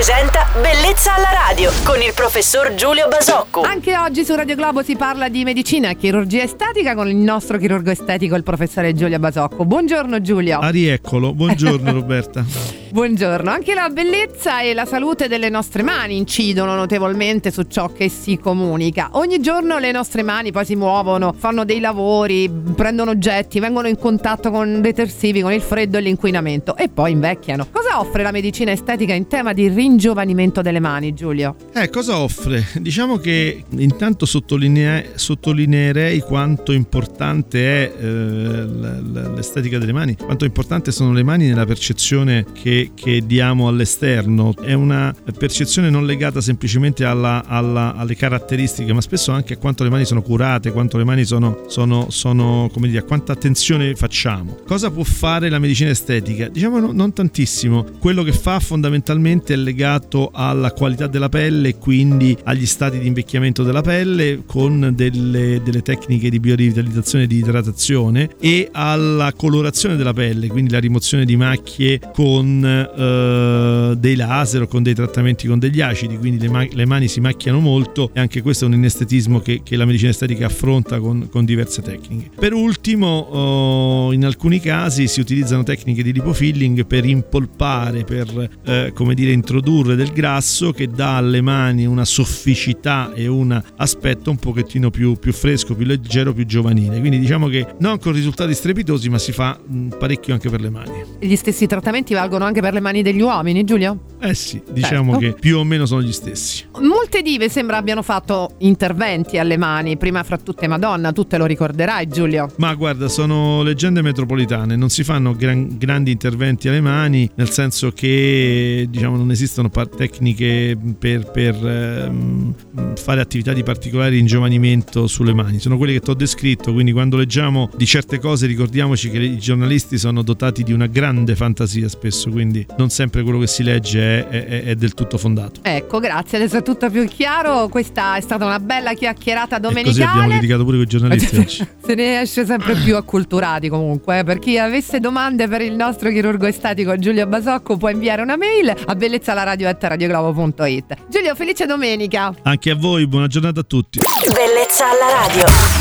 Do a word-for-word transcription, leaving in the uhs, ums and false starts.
presenta Bellezza alla radio con il professor Giulio Basocco. Anche oggi su Radio Globo si parla di medicina e chirurgia estetica con il nostro chirurgo estetico, il professore Giulio Basocco. Buongiorno Giulio. Ah, rieccolo. Buongiorno Roberta. Buongiorno. Anche la bellezza e la salute delle nostre mani incidono notevolmente su ciò che si comunica. Ogni giorno le nostre mani poi si muovono, fanno dei lavori, prendono oggetti, vengono in contatto con detersivi, con il freddo e l'inquinamento e poi invecchiano. Cosa offre la medicina estetica in tema di ringiovanimento delle mani, Giulio? Eh, cosa offre? Diciamo che intanto sottolinea- sottolineerei quanto importante è eh, l'estetica delle mani, quanto importante sono le mani nella percezione che che diamo all'esterno. È una percezione non legata semplicemente alla, alla, alle caratteristiche, ma spesso anche a quanto le mani sono curate, quanto le mani sono, sono, sono come dire, a quanta attenzione facciamo. Cosa può fare la medicina estetica? Diciamo no, non tantissimo. Quello che fa fondamentalmente è legato alla qualità della pelle e quindi agli stati di invecchiamento della pelle con delle, delle tecniche di biorivitalizzazione e di idratazione e alla colorazione della pelle, quindi la rimozione di macchie con Uh, dei laser o con dei trattamenti con degli acidi, quindi le, ma- le mani si macchiano molto e anche questo è un inestetismo che, che la medicina estetica affronta con, con diverse tecniche. Per ultimo, uh, in alcuni casi si utilizzano tecniche di lipofilling per impolpare, per uh, come dire introdurre del grasso che dà alle mani una sofficità e un aspetto un pochettino più, più fresco, più leggero, più giovanile. Quindi diciamo che non con risultati strepitosi, ma si fa mh, parecchio anche per le mani. Gli stessi trattamenti valgono anche per le mani degli uomini, Giulio? Eh sì, diciamo certo. Che più o meno sono gli stessi. Molte dive sembra abbiano fatto interventi alle mani, prima fra tutte Madonna, tu te lo ricorderai Giulio? Ma guarda, sono leggende metropolitane, non si fanno gran, grandi interventi alle mani, nel senso che diciamo non esistono par- tecniche per, per ehm, fare attività di particolare ingiovanimento sulle mani, sono quelle che ti ho descritto, quindi quando leggiamo di certe cose ricordiamoci che i giornalisti sono dotati di una grande fantasia spesso, quindi non sempre quello che si legge è, è, è del tutto fondato. Ecco, grazie, adesso è tutto più chiaro. Questa è stata una bella chiacchierata domenicale. E così abbiamo litigato pure con i giornalisti oggi. Se ne esce sempre più acculturati comunque. eh. Per chi avesse domande per il nostro chirurgo estetico Giulio Basocco può inviare una mail a bellezzalaradio chiocciola radioglobo punto it. Giulio, felice domenica. Anche a voi, buona giornata a tutti. Bellezza alla radio.